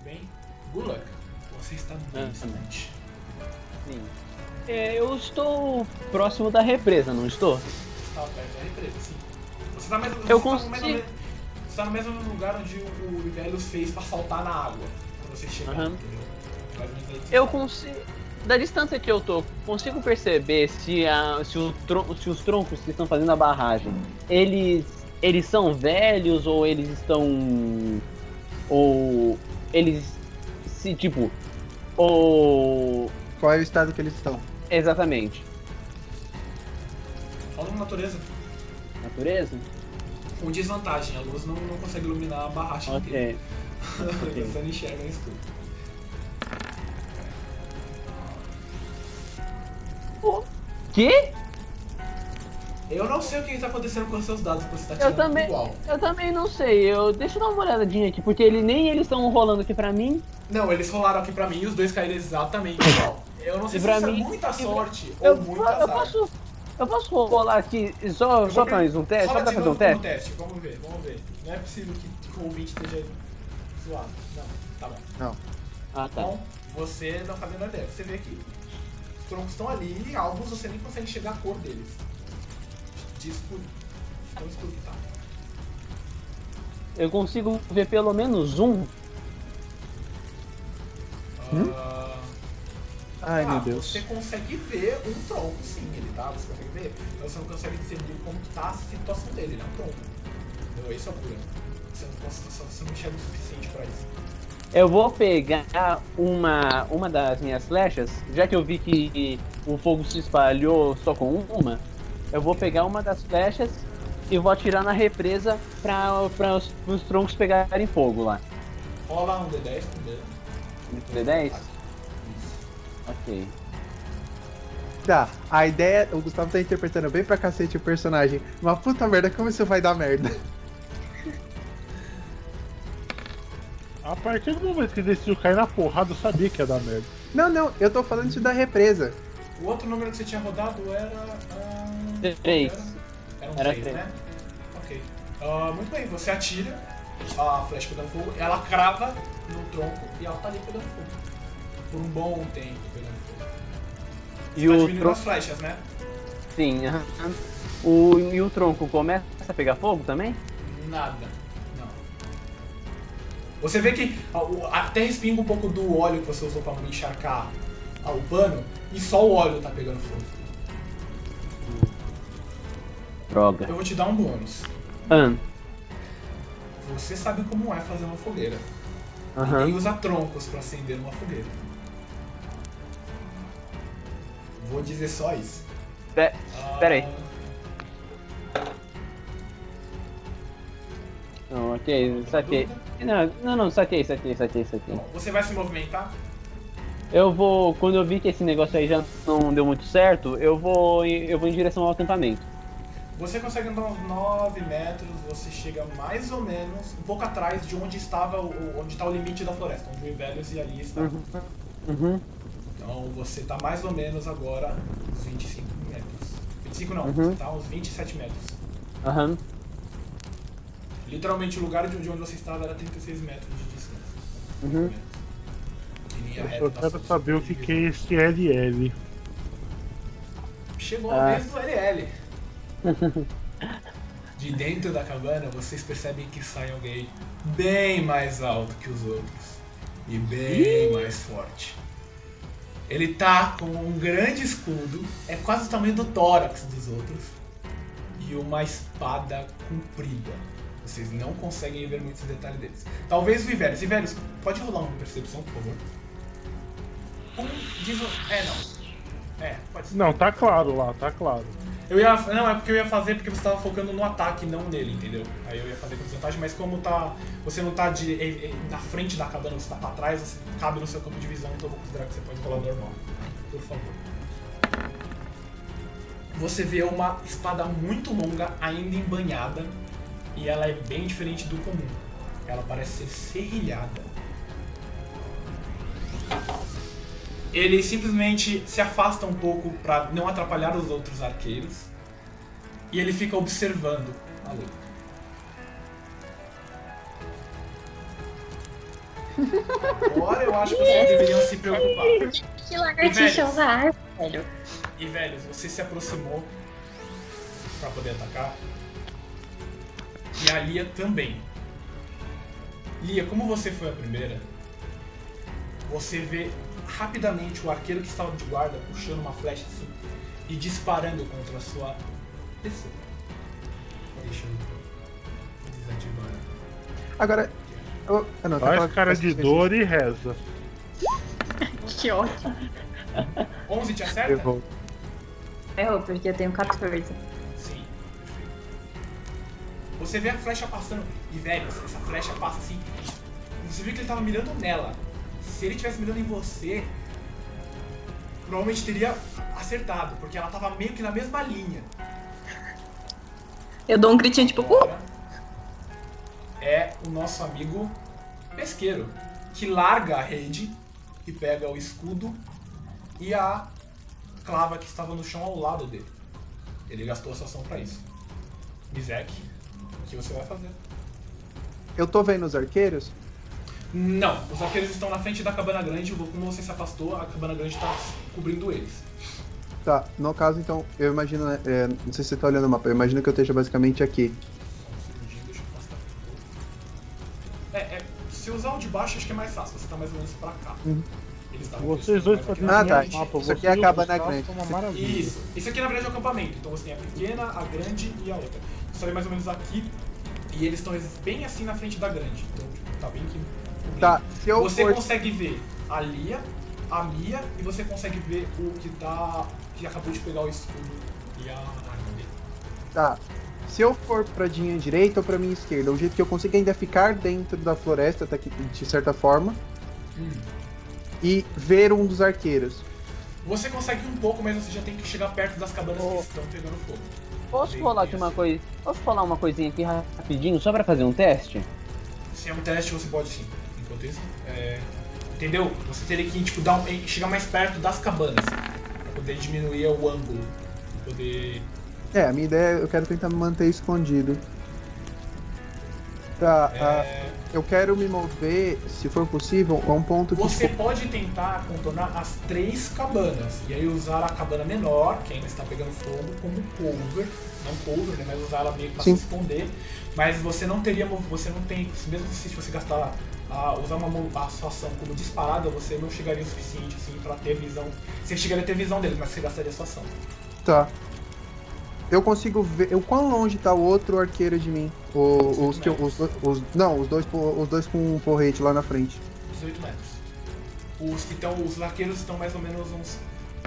bem? Gulak, você está bem distante. Sim. Eu estou próximo da represa, não estou? Está perto da represa, sim. Você está no mesmo lugar onde o Ivelios fez para saltar na água. Quando você chegar, entendeu? Mais ou menos aí que Eu você consigo. Da distância que eu tô, consigo perceber se os troncos que estão fazendo a barragem, eles são velhos ou eles estão. Ou eles se tipo. Ou. Qual é o estado que eles estão? Exatamente. Fala uma natureza. Natureza? Com desvantagem, a luz não consegue iluminar a barragem inteira. Ok. Você não enxerga no escuro. O quê? Eu não sei o que está acontecendo com os seus dados, porque você está tirando igual. Eu também não sei. Deixa eu dar uma olhadinha aqui, porque nem eles estão rolando aqui pra mim. Não, eles rolaram aqui pra mim e os dois caíram exatamente igual. Eu não sei se isso é muita sorte ou muito azar. Eu posso rolar aqui só pra mais um teste? Só pra fazer um teste? Vamos ver. Não é possível que o ouvinte esteja zoado. Não, tá bom. Não. Ah, tá. Então, você não fazendo ideia. Você vê aqui. Os troncos estão ali e alguns você nem consegue enxergar a cor deles. De escuro. Tão escuro que tá. Eu consigo ver pelo menos um. Ai, meu Deus. Você consegue ver um tronco, sim, ele tá? Você consegue ver? Mas você não consegue discernir como tá a situação dele, ele é um tronco. Entendeu? Esse é o problema. Você não enxerga o suficiente pra isso. Eu vou pegar uma das minhas flechas, já que eu vi que o fogo se espalhou só com uma. Eu vou pegar uma das flechas e vou atirar na represa para os troncos pegarem fogo lá. Rola um D10 primeiro. D10? Ok. Tá, a ideia, o Gustavo tá interpretando bem pra cacete o personagem. Mas puta merda, como isso vai dar merda? A partir do momento que ele decidiu cair na porrada, eu sabia que ia dar merda. Não, eu tô falando isso da represa. O outro número que você tinha rodado era... 3. Era um Era 3, três. né? Ok. Muito bem, você atira a flecha pegando fogo, ela crava no tronco e ela tá ali pegando fogo. Por um bom tempo pegando fogo. Você tá diminuindo as flechas, né? Sim, e o tronco começa a pegar fogo também? Nada. Não. Você vê que até respinga um pouco do óleo que você usou pra não encharcar o pano e só o óleo tá pegando fogo. Droga. Eu vou te dar um bônus. Ah. Você sabe como é fazer uma fogueira. Aham. Ninguém usa troncos pra acender uma fogueira. Vou dizer só isso. Pera aí. Não, ok, saquei. Não, saquei. Bom, você vai se movimentar? Eu vou, quando eu vi que esse negócio aí já não deu muito certo, eu vou em direção ao acampamento. Você consegue andar uns 9 metros, você chega mais ou menos um pouco atrás de onde estava onde está o limite da floresta, onde o Ivelios e ali está. Uhum. Então você está mais ou menos agora uns 25 metros. 25 não, Uhum. você está uns 27 metros. Aham. Literalmente o lugar de onde você estava era 36 metros de distância. Uhum. Em linha Eu reta, só tá quero sobre saber o que é esse LL. Chegou a vez do LL. De dentro da cabana, vocês percebem que sai alguém bem mais alto que os outros. E bem mais forte. Ele tá com um grande escudo, é quase o tamanho do tórax dos outros. E uma espada comprida. Vocês não conseguem ver muitos detalhes deles. Talvez o Ivelios. Ivelios, pode rolar uma percepção, por favor? Pode ser. Não, tá claro lá, tá claro. Não, é porque eu ia fazer porque você tava focando no ataque, não nele, entendeu? Aí eu ia fazer com desvantagem, mas como você não tá na frente da cabana, você tá pra trás, você cabe no seu campo de visão, então eu vou considerar que você pode rolar normal. Por favor. Você vê uma espada muito longa, ainda embanhada, e ela é bem diferente do comum. Ela parece ser serrilhada. Ele simplesmente se afasta um pouco para não atrapalhar os outros arqueiros. E ele fica observando a luta. Agora eu acho que vocês deveriam se preocupar. Que lagartixa usa arma, velho. E, velho, você se aproximou pra poder atacar. E a Lia também. Lia, como você foi a primeira, você vê rapidamente o arqueiro que estava de guarda puxando uma flecha assim e disparando contra a sua pessoa. Deixa eu desativar. Agora. Não, tá Faz falando- cara de dor e reza. Que ótimo. 11 te acerta? Errou. Errou, porque eu tenho 14. Sim. Você vê a flecha passando e, velho, essa flecha passa assim. Você viu que ele tava mirando nela. Se ele tivesse mirando em você, provavelmente teria acertado, porque ela tava meio que na mesma linha. Eu dou um gritinho tipo, Agora é o nosso amigo pesqueiro, que larga a rede e pega o escudo e a clava que estava no chão ao lado dele. Ele gastou a sua ação pra isso. Mizek, o que você vai fazer? Eu tô vendo os arqueiros? Não, os arqueiros estão na frente da cabana grande, como você se afastou, a cabana grande está cobrindo eles. Tá, no caso então, eu imagino, né, não sei se você tá olhando o mapa, eu imagino que eu esteja basicamente aqui. Só um segundinho, deixa eu afastar aqui um pouco. Se usar o de baixo, acho que é mais fácil, você tá mais ou menos pra cá. Uhum. Eles estavam Vocês dois mais pra aqui Ah, na tá. frente. mapa. Isso aqui Você é a e o cabana Gustavo grande. são uma maravilha. Isso. Isso aqui na verdade é o acampamento. Então você tem a pequena, a grande e a outra. Você mais ou menos aqui. E eles estão bem assim na frente da grande. Então tipo, tá bem que. Tá, se eu Você for. consegue ver a Lia, a Mia e você consegue ver o que tá. Que acabou de pegar o escudo e a arma dele. Tá. Se eu for pra minha direita ou pra minha esquerda, o jeito que eu consigo ainda é ficar dentro da floresta, tá aqui, de certa forma, e ver um dos arqueiros. Você consegue um pouco, mas você já tem que chegar perto das cabanas que estão pegando fogo. Posso falar aqui uma coisa? Posso falar uma coisinha aqui rapidinho, só pra fazer um teste? Se é um teste, você pode sim. Enquanto isso, entendeu? Você teria que tipo, chegar mais perto das cabanas pra poder diminuir o ângulo. Pra poder. A minha ideia, eu quero tentar me manter escondido. Tá, eu quero me mover, se for possível, a um ponto que... Você pode tentar contornar as 3 cabanas e aí usar a cabana menor, que ainda está pegando fogo, como cover. Não cover, né? Mas usar ela meio que pra se Sim. esconder. Mas você não teria. Você não tem. Mesmo se você gastar. Usar a sua ação como disparada, você não chegaria o suficiente assim pra ter visão. Você chegaria a ter visão deles, mas você gastaria a sua ação. Tá. Eu consigo ver... O quão longe tá o outro arqueiro de mim? Os dois com um porrete lá na frente. 18 metros. Os arqueiros estão mais ou menos uns.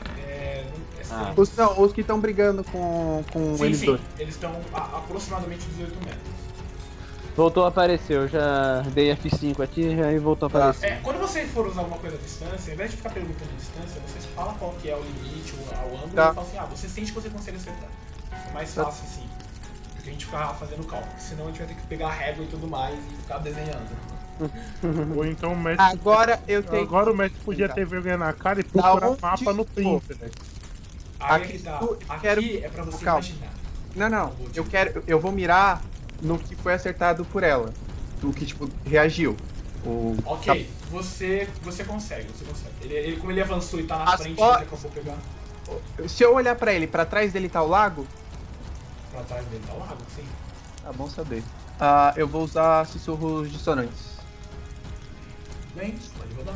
Os que estão brigando com eles dois. Eles estão aproximadamente 18 metros. Voltou a aparecer, eu já dei F5 aqui e aí voltou a aparecer. Quando você for usar alguma coisa à distância, ao invés de ficar perguntando a distância, você fala qual que é o limite, o ângulo, Tá. e fala assim, você sente que você consegue acertar. É mais fácil assim, porque a gente ficar fazendo cálculo, senão a gente vai ter que pegar a régua e tudo mais e ficar desenhando. Ou então o mestre. Agora eu tenho... Agora o mestre podia ter vergonha na cara e Da procurar onde mapa no for? Pinterest. Aí Aqui que tá. eu Aqui quero- é pra você Calma. imaginar. Não. Eu vou mirar no que foi acertado por ela. No que, tipo, reagiu. Ok, você consegue. Ele, como ele avançou e tá na As frente, po- ele acabou pegar Se eu olhar pra ele, pra trás dele tá o lago? pra trás dele, tá o lago, sim. Tá bom saber. Eu vou usar sussurros dissonantes. Bem, pode rodar.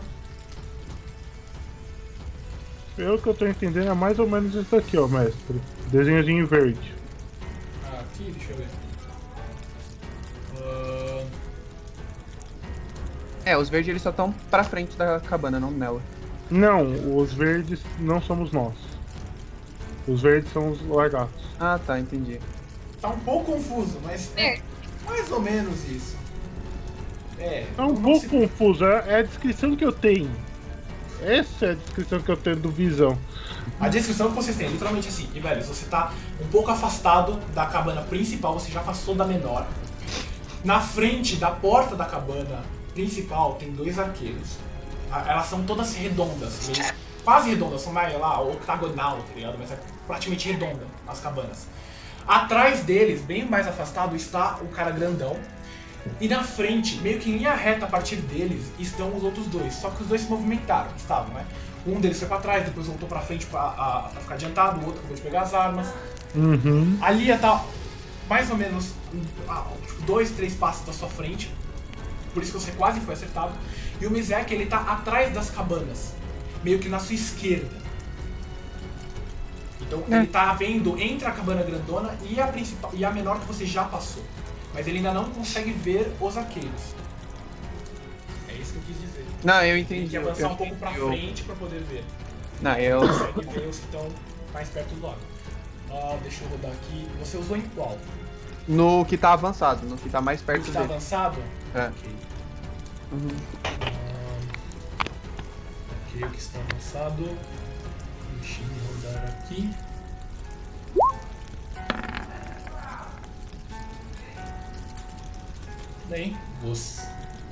Pelo que eu tô entendendo é mais ou menos isso aqui, ó, mestre. Desenhozinho verde. Aqui, deixa eu ver. Os verdes eles só estão pra frente da cabana, não nela. Não, os verdes não somos nós. Os verdes são os lagartos. Ah, tá, entendi. Tá um pouco confuso, mas é mais ou menos isso. É um pouco confuso, é a descrição que eu tenho. Essa é a descrição que eu tenho do Visão. A descrição que vocês têm é literalmente assim, e velho, você tá um pouco afastado da cabana principal, você já passou da menor. Na frente da porta da cabana principal tem 2 arqueiros. Elas são todas redondas, quase redondas, são mais lá, octagonal, tá ligado? Mas é praticamente redonda as cabanas. Atrás deles, bem mais afastado, está o cara grandão. E na frente, meio que em linha reta a partir deles, estão os outros dois. Só que os dois se movimentaram, estavam, né? Um deles foi pra trás, depois voltou pra frente pra ficar adiantado, o outro acabou de pegar as armas. A Lia tá mais ou menos 2, 3 passos da sua frente, por isso que você quase foi acertado. E o Mizek, ele tá atrás das cabanas, meio que na sua esquerda. Então ele tá vendo entre a cabana grandona e a principal e a menor que você já passou. Mas ele ainda não consegue ver os arqueiros. É isso que eu quis dizer. Não, eu Tem entendi. que avançar um pouco pra frente pra poder ver. Não, eu. Consegue ver os que estão mais perto do lado. Deixa eu rodar aqui. Você usou em qual? No que tá avançado, no que tá mais O perto que tá dele. avançado? É. Ok. Ok, o que está avançado. Deixa eu rodar aqui. Bem, você.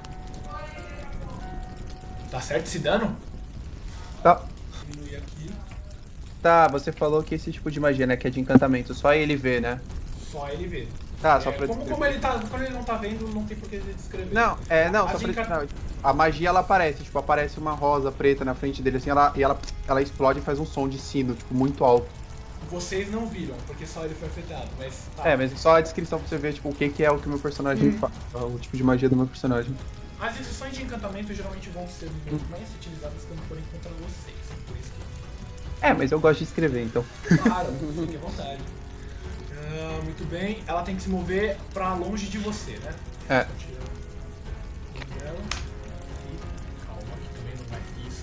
Tá certo esse dano? Tá. Diminuir aqui. Tá, você falou que esse tipo de magia, né, que é de encantamento, só ele vê, né? Só ele vê. Tá, só pra descrever. Como ele não tá vendo, não tem por que ele descrever. Não, A só de pra não, a magia ela aparece, tipo, aparece uma rosa preta na frente dele, assim, ela explode e faz um som de sino, tipo, muito alto. Vocês não viram, porque só ele foi afetado, mas tá. É, mas só a descrição pra você ver, tipo, o que é o que o meu personagem faz, o tipo de magia do meu personagem. As instruções de encantamento geralmente vão ser muito mais utilizadas quando forem contra vocês. Por isso que. É, mas eu gosto de escrever, então. Claro, fique à vontade. Muito bem, ela tem que se mover pra longe de você, né? É. Vou tirar o dela. E calma, que também não vai isso.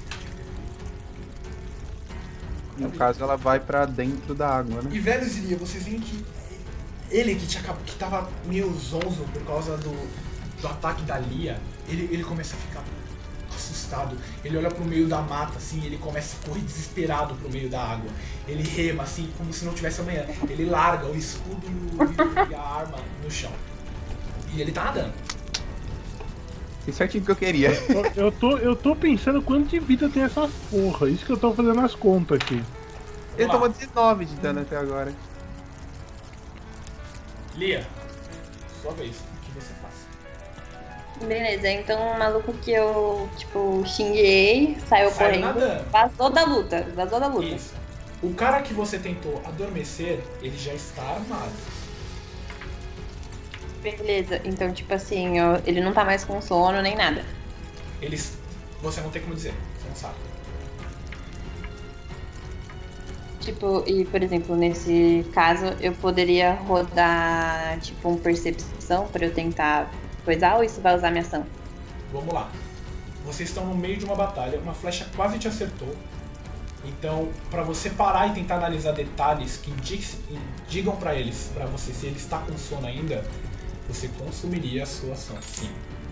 No caso, ela vai pra dentro da água, né? E velho Ziria, vocês veem que ele que tava meio zonzo por causa do ataque da Lia, ele começa a ficar assustado. Ele olha pro meio da mata, assim, ele começa a correr desesperado pro meio da água. Ele rema, assim, como se não tivesse amanhã. Ele larga o escudo e a arma no chão. E ele tá nadando. Tem certinho que eu queria. Eu tô pensando quanto de vida tem essas porra. Isso que eu tô fazendo as contas aqui. Ele Vamos tomou lá. 19 de dano até agora. Lia, sua vez. O que você faz? Beleza, então o maluco que eu, tipo, xinguei, saiu Saiu correndo, nadando. vazou da luta. Isso. O cara que você tentou adormecer, ele já está armado. Beleza, então, tipo assim, ele não tá mais com sono nem nada. Você não tem como dizer, você não sabe. Tipo, e por exemplo, nesse caso, eu poderia rodar, tipo, um percepção pra eu tentar coisar ou isso vai usar minha ação? Vamos lá. Vocês estão no meio de uma batalha, uma flecha quase te acertou. Então, pra você parar e tentar analisar detalhes que digam pra você se ele está com sono ainda, você consumiria a sua ação, sim.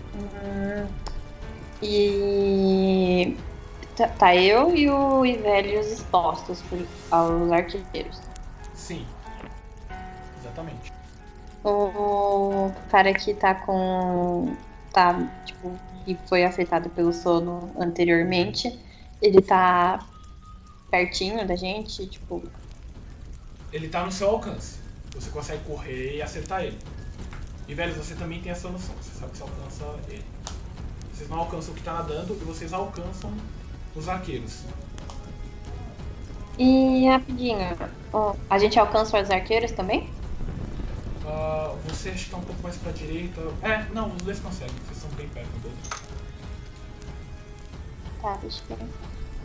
E tá eu e o Ivelios expostos aos arqueiros. Sim. Exatamente. O cara que tá tipo, que foi afetado pelo sono anteriormente, ele tá pertinho da gente, tipo. Ele tá no seu alcance. Você consegue correr e acertar ele. E, velho, você também tem essa noção. Você sabe que você alcança ele. Vocês não alcançam o que tá nadando e vocês alcançam os arqueiros. E rapidinho, a gente alcança os arqueiros também? Você acha que tá um pouco mais pra direita. Não, os dois conseguem. Vocês são bem perto um do outro. Tá, deixa eu ver.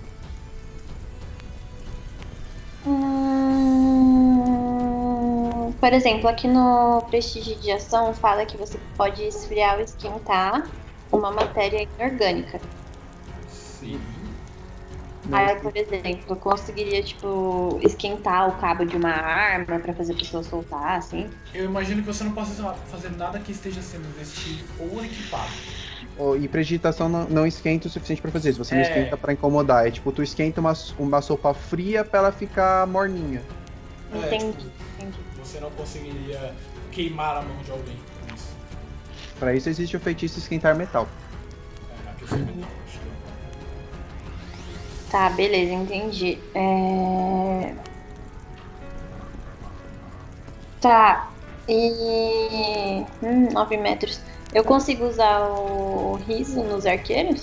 Por exemplo, aqui no prestígio de ação fala que você pode esfriar ou esquentar uma matéria inorgânica. Sim. Aí, por exemplo, eu conseguiria, tipo, esquentar o cabo de uma arma pra fazer a pessoa soltar, assim. Eu imagino que você não possa fazer nada que esteja sendo vestido ou equipado. E prestidigitação não esquenta o suficiente pra fazer isso. Você não esquenta pra incomodar. É tipo, tu esquenta uma sopa fria pra ela ficar morninha. Entendi. Você não conseguiria queimar a mão de alguém com isso. Pra isso existe o feitiço esquentar metal. Aquecer metal, acho que Tá, beleza, entendi. Tá, e... 9 metros. Eu consigo usar o riso nos arqueiros?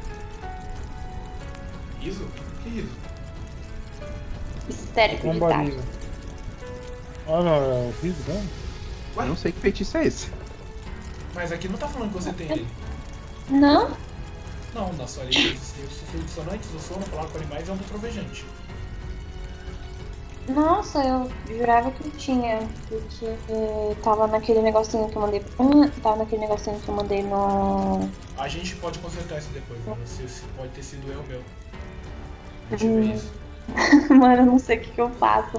Riso? Que riso? Histérico de Bombarinho. taco. Ah, não, é o riso, não? Eu não sei que feitiço é esse. Mas aqui não tá falando que você tem ele. Não? Não, na sua lista de fluidos sonantes, o sono, falar com animais é um trovejante. Nossa, eu jurava que eu tinha. Porque tava naquele negocinho que eu mandei. Tava naquele negocinho que eu mandei no. A gente pode consertar isso depois, mano. Se pode ter sido erro meu. A gente vê isso. Mano, eu não sei o que eu faço.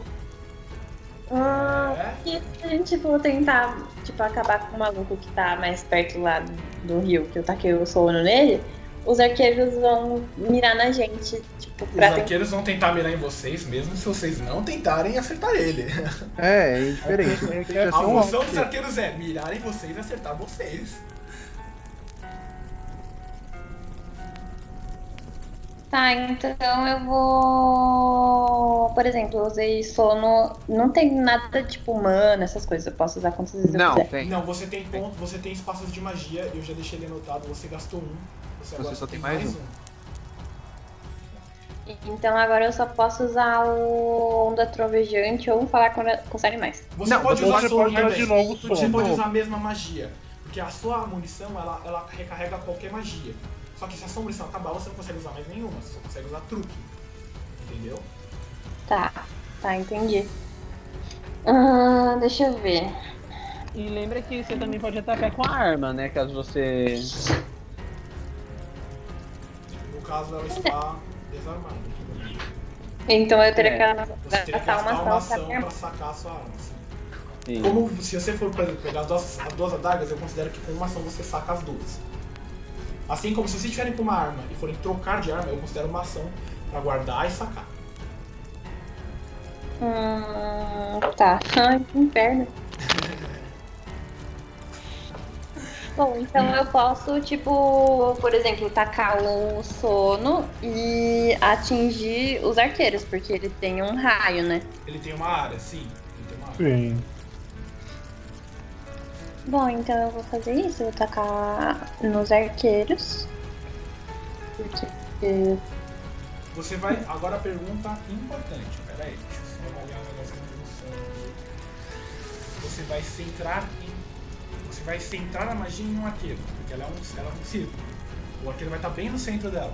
É? E a gente for tentar, tipo, acabar com o maluco que tá mais perto lá do rio, que eu taquei o sono nele, os arqueiros vão mirar na gente, tipo, Os pra tentar. arqueiros vão tentar mirar em vocês, mesmo se vocês não tentarem acertar ele. É diferente. A função dos arqueiros é mirar em vocês e acertar vocês. Tá, então eu vou. Por exemplo, eu usei sono. Não tem nada tipo humano, essas coisas. Eu posso usar quantas vezes eu Não, quiser. tem. Não, você tem ponto, você tem espaços de magia, eu já deixei ele anotado, você gastou um. Você agora só tem mais um. Então agora eu só posso usar o Onda Trovejante ou falar com os animais. Você Não, pode você usar pode sono usar também. de novo Você sono. pode usar a mesma magia. Porque a sua munição, ela recarrega qualquer magia. Só que se a sua munição acabar, você não consegue usar mais nenhuma. Você só consegue usar truque. Entendeu? Tá, entendi. Deixa eu ver. E lembra que você também pode atacar com a arma, né? Caso você. No caso, ela está desarmada. Então eu teria que Você teria que gastar gastar uma uma ação ação pra sacar a sua arma. Assim. Sim. Como se você for, por exemplo, pegar as duas adagas, eu considero que com uma ação você saca as duas. Assim como se vocês estiverem com uma arma e forem trocar de arma, eu considero uma ação pra guardar e sacar. Tá. Ai, que inferno. Bom, então eu posso, tipo, por exemplo, tacar o sono e atingir os arqueiros, porque ele tem um raio, né? Ele tem uma área, sim. Ele tem uma área. Sim. Bom, então eu vou fazer isso, eu vou tacar nos arqueiros. Porque. Você vai. Agora a pergunta importante. Pera aí, deixa eu só avaliar um negócio na evolução. Você vai centrar em. Você vai centrar a magia em um arqueiro, porque ela é um círculo. O arqueiro vai estar bem no centro dela.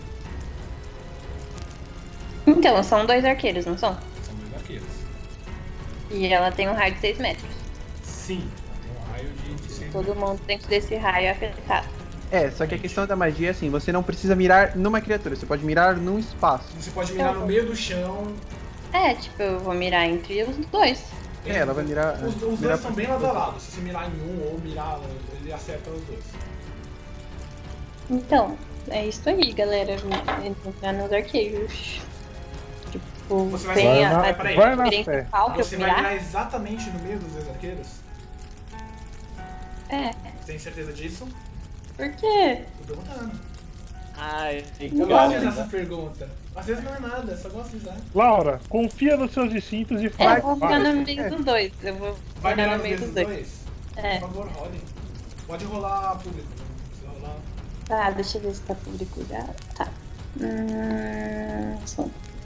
Então, são 2 arqueiros, não são? São 2 arqueiros. E ela tem um raio de 6 metros. Sim, tem um raio de 6 Todo mundo dentro desse raio é afetado. É, só que a questão da magia é assim, você não precisa mirar numa criatura, você pode mirar num espaço. Você pode mirar no meio do chão. É, tipo, eu vou mirar entre os 2. É, ela vai mirar. Os mirar dois são bem pra- lado a lado. Se você mirar em um ou mirar, ele acerta os dois. Então, é isso aí, galera. Entrar nos arqueiros. Tipo, Você vai tem mirar- a peraí. Vai na principal que eu Você vou vai mirar? mirar exatamente no meio dos dois arqueiros? É. Tem certeza disso? Por quê? Tô perguntando. Ai, Eu cara. gosto dessa pergunta. Às vezes não é nada, só gosto de usar. Laura, confia nos seus instintos e É, faz. eu vou ficar vai. no meio dos 2. Eu vou Vai ficar mirar no no meio meio dos dos 2. dois? É. Por favor, rolem. Pode rolar público. Não precisa rolar. Tá, deixa eu ver se tá público já. Tá. Som.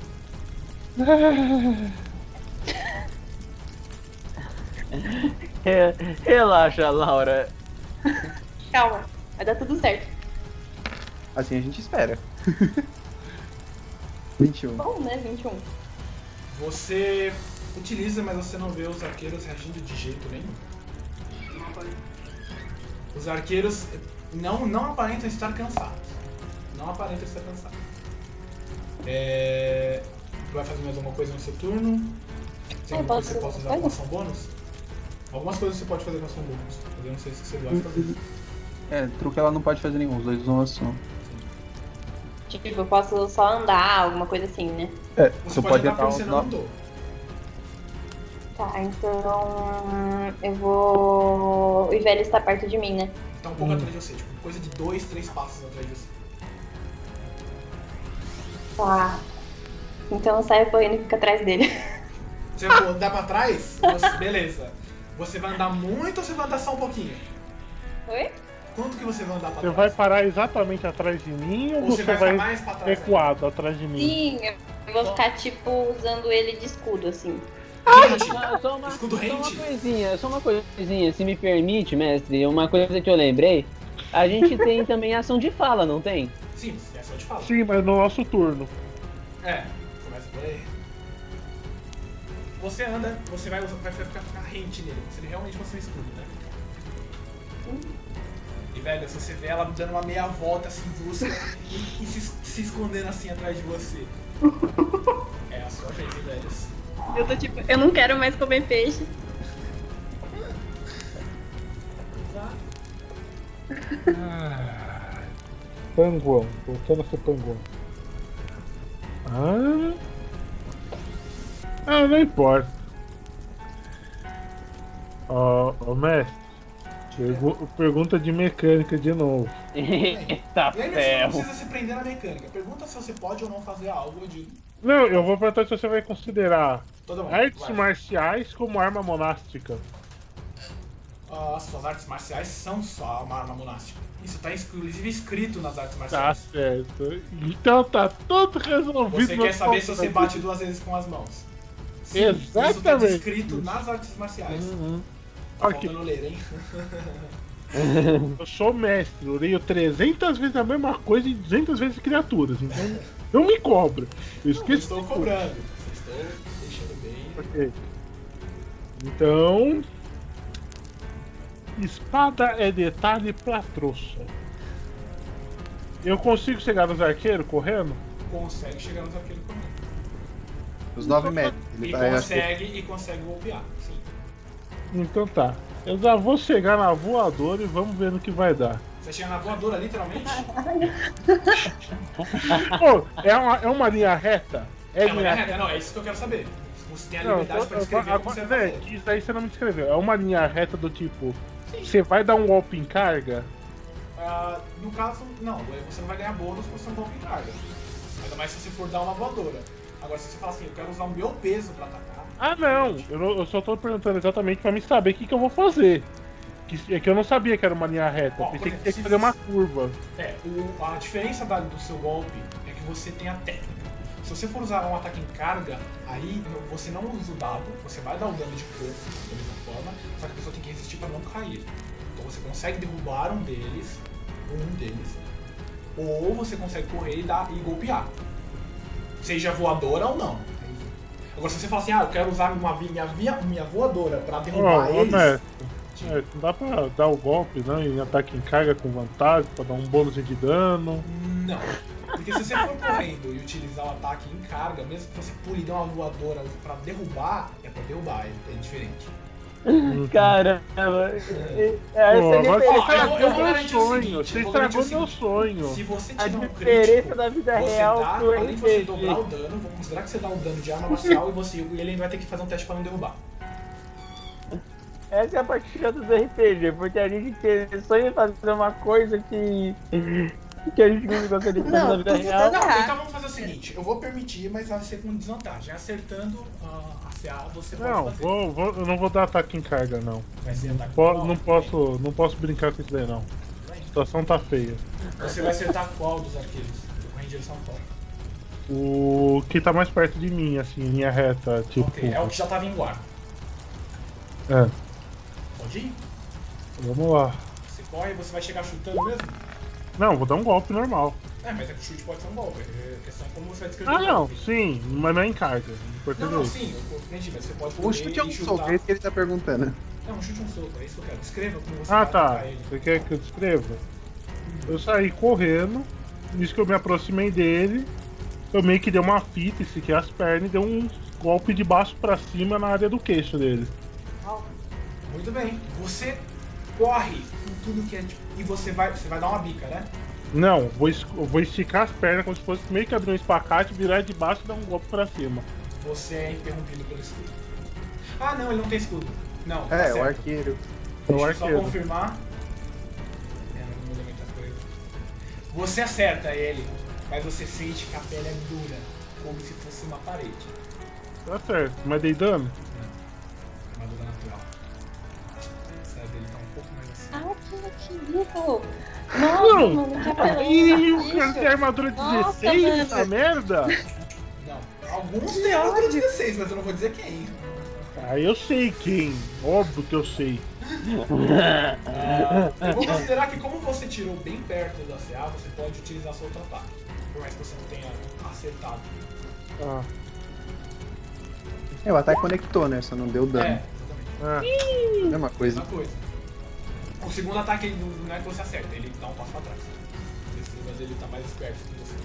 Relaxa, Laura. Calma, vai dar tudo certo. Assim a gente espera. 21. Bom, né? 21. Você utiliza, mas você não vê os arqueiros reagindo de jeito nenhum. Os arqueiros não aparentam estar cansados. Não aparentam estar cansados. Tu vai fazer mais alguma coisa no seu turno? Tem alguma coisa que você possa usar como ação bônus? Algumas coisas você pode fazer com ação bônus, mas eu não sei se você vai fazer. É, truque ela não pode fazer nenhum, os dois usam ação. Tipo, eu posso só andar, alguma coisa assim, né? É, Você pode andar porque você não andou. Tá, então eu vou. O Ivelli está perto de mim, né? Tá um pouco atrás de você, tipo, coisa de 2, 3 passos atrás de você. Tá. Então eu saio correndo e fico atrás dele. Você vai andar pra trás? Beleza. Você vai andar muito ou você vai andar só um pouquinho? Oi? Quanto que você vai andar pra Você trás? vai parar exatamente atrás de mim ou você ficar vai mais pra trás recuado atrás de mim? Sim, eu vou ficar, tipo, usando ele de escudo, assim. Rente. Só uma Escudo rente. coisinha, se me permite, mestre, uma coisa que eu lembrei. A gente tem também ação de fala, não tem? Sim, é só te falar. Sim, mas no nosso turno. É, começa por aí. Você anda, você vai ficar rente nele, como se ele realmente fosse um escudo, né? E velho, você vê ela dando uma meia volta assim brusca e se escondendo assim atrás de você. É a sua vez, hein, velhos. Eu tô tipo, eu não quero mais comer peixe. Panguão, voltando a ser panguão. Não importa. Ó, mestre, pergunta de mecânica de novo. Eita Lembre-se, não ferro. precisa se prender na mecânica. Pergunta se você pode ou não fazer algo, eu digo. Não, eu vou perguntar se você vai considerar Todo mundo, artes vai. marciais como arma monástica. As suas artes marciais são só uma arma monástica. Isso tá inclusive escrito nas artes Tá marciais. certo. Então tá tudo resolvido. Você no quer saber se você ponto. bate 2 vezes com as mãos. Sim, isso tá Exatamente. descrito nas artes marciais. Uhum. Tá Ok. faltando ler, hein? Eu sou mestre, eu leio 300 vezes a mesma coisa e 200 vezes criaturas, então não me cobra. Eu Eu esqueço. estou cobrando. Estou deixando bem. Ok. Então. Espada é detalhe pra trouxa. Eu consigo chegar nos arqueiros correndo? Consegue chegar nos arqueiros correndo. Os 9 metros. E Ele vai, acho que- consegue golpear. Sim. Então tá. Eu já vou chegar na voadora e vamos ver no que vai dar. Você chega na voadora, literalmente. Pô, é uma linha reta? É uma linha reta. Não, é isso que eu quero saber. Você tem a liberdade pra descrever como você vai fazer. Isso aí você não me descreveu. É uma linha reta do tipo. Você vai dar um golpe em carga? No caso, não. Você não vai ganhar bônus por ser um golpe em carga. Ainda mais se você for dar uma voadora. Agora, se você falar assim, eu quero usar o meu peso pra atacar. Ah, não. Eu só tô perguntando exatamente pra me saber o que eu vou fazer. É que eu não sabia que era uma linha reta. Ó, Pensei por que tinha que exemplo, fazer uma curva. A diferença do seu golpe é que você tem a técnica. Se você for usar um ataque em carga, aí você não usa o dado, você vai dar o dano de corpo da mesma forma, só que a pessoa tem que resistir pra não cair. Então você consegue derrubar um deles, ou você consegue correr e golpear. Seja voadora ou não. Agora se você fala assim, eu quero usar minha voadora pra derrubar eles. Não dá pra dar o golpe, né? Em ataque em carga com vantagem, pra dar um bônus de dano. Não. Porque se você for correndo e utilizar o ataque em carga, mesmo que você pule e dê uma voadora pra derrubar, é pra derrubar, é diferente. Caramba. Agora eu vou meu garantir o sonho. seguinte, Você eu vou garantir estragou o meu sonho. Se você A tiver um diferença crítico, da vida você real dá, pro além de você RPG. dobrar o dano, vamos considerar que você dá o dano de arma marcial e ele ainda vai ter que fazer um teste pra não derrubar. Essa é a parte chata do RPG, porque a gente sonha em fazer uma coisa que a gente não gostaria de fazer na vida real. Não, então vamos fazer o seguinte, eu vou permitir, mas vai ser com desvantagem. Acertando a CA, você Não, pode fazer. eu não vou dar ataque em carga, não. Vai ser ataque normal, Não posso brincar com isso daí, não. A situação tá feia. Você vai acertar qual dos arqueiros? Eu corri em direção a qual? O que tá mais perto de mim, assim, em linha reta, tipo. Ok, é o que já tava em guarda. É, Pode ir? vamos lá. Você corre e você vai chegar chutando mesmo? Não, vou dar um golpe normal. Mas é que o chute pode ser um golpe. A questão é como você vai descrever Ah, o não, golpe. sim, mas não é em carga. O importante Não, é isso. sim, eu entendi, mas você pode O correr chute é um e soco, chutar. é isso que ele tá perguntando. Não, um chute é um soco, é isso que eu quero. Descreva como você Ah, vai tá. atacar ele. Você quer que eu descreva? Eu saí correndo, nisso que eu me aproximei dele, eu meio que dei uma fita, estiquei as pernas e dei um golpe de baixo pra cima na área do queixo dele. Muito bem. Você corre com tudo que é tipo, e você vai dar uma bica, né? Não, eu vou esticar as pernas como se fosse meio que abrir um espacate, virar de baixo e dar um golpe pra cima. Você é interrompido pelo escudo. Ah, não, ele não tem escudo. Não, tá É, certo. o arqueiro. É o Deixa eu só arqueiro. confirmar. Não mudou muita coisa. Você acerta ele, mas você sente que a pele é dura, como se fosse uma parede. Tá certo, mas dei dano? Armadura natural. velocidade dele tá um pouco mais assim. Ah, que ridículo! Nossa, Não! mano, que apelão, Ih, o bicho. cara tem armadura Nossa, 16, mano. essa merda? Não, alguns têm armadura 16, mas eu não vou dizer quem. Ah, eu sei quem. Óbvio que eu sei. Eu vou considerar que como você tirou bem perto da CA, você pode utilizar seu outro ataque. Por mais que você não tenha acertado. Ah, O ataque conectou, né? Só não deu dano. É, exatamente. ah. Mesma coisa. Mesma coisa. O segundo ataque ele não é que você acerta, ele dá um passo pra trás. Mas ele tá mais esperto que você.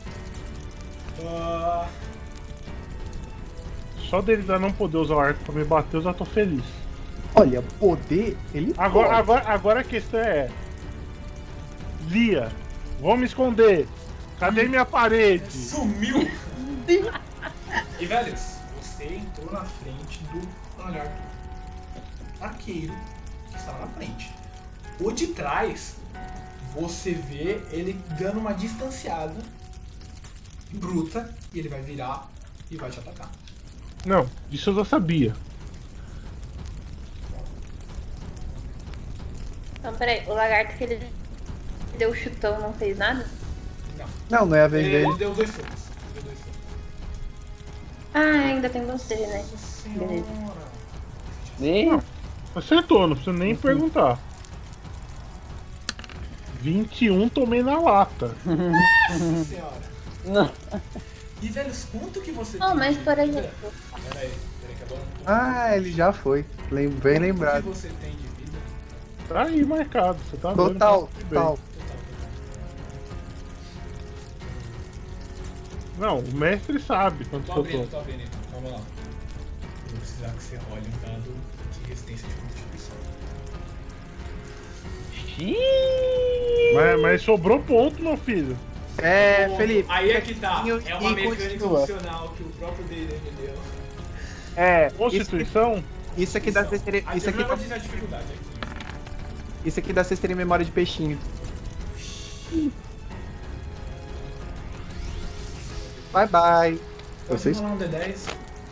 Só dele já não poder usar o arco pra me bater, eu já tô feliz. Olha, poder, ele pode. Agora a questão é... Lia, vou me esconder. Cadê minha parede? Sumiu! E velhos, você entrou na frente do lagarto arqueiro que estava na frente. O de trás, você vê ele dando uma distanciada bruta e ele vai virar e vai te atacar. Não, isso eu já sabia. Então, peraí, o lagarto que ele deu chutão não fez nada? Não é a vez Ele dele. deu dois socos. Ah, ainda tem você, né? Beleza. Nem. Acertou, não precisa nem perguntar. 21 tomei na lata. Nossa senhora. Não. E velhos, quanto que você Oh, tem mas de por vida? exemplo. Peraí, que agora eu não tô- Ah, ele já foi. Bem Quanto que lembrado. você tem de vida? Tá aí marcado, você tá vendo? Total, Tá bem. total. Não, o mestre sabe quanto Tô que eu abrindo, tô. tô abrindo então. Vamos lá. Eu vou precisar que você role um dado de resistência de constituição. Mas sobrou ponto, meu filho. É, Felipe. Aí é que tá. É uma e mecânica continua. opcional que o próprio D&D me deu. É, Constituição? isso aqui dá vocês terem. Aí Isso aqui, eu vou dizer a dificuldade aqui. isso aqui dá vocês terem memória de peixinho. Bye bye. Pode Vocês? rolar um D10.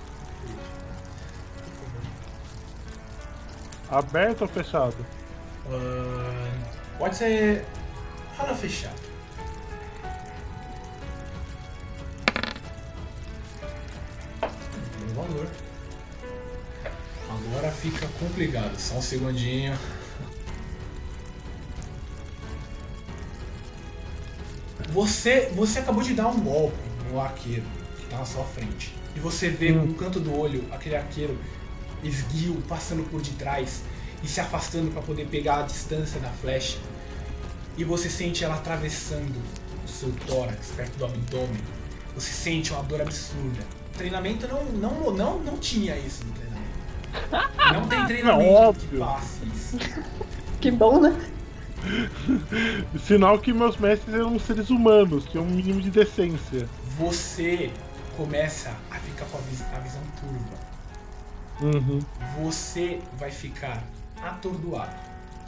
Aberto ou fechado? Pode ser. Rola fechado. Bom valor. Agora fica complicado. Só um segundinho. Você acabou de dar um golpe no arqueiro que tá na sua frente. E você vê no canto do olho aquele arqueiro esguio passando por detrás e se afastando para poder pegar a distância da flecha. E você sente ela atravessando o seu tórax, perto do abdômen. Você sente uma dor absurda. O treinamento não tinha isso no treinamento. Não tem treinamento Não, que óbvio. passe isso. Que bom, né? Sinal que meus mestres eram seres humanos, tinham um mínimo de decência. Você começa a ficar com a visão turva. Uhum. Você vai ficar atordoado.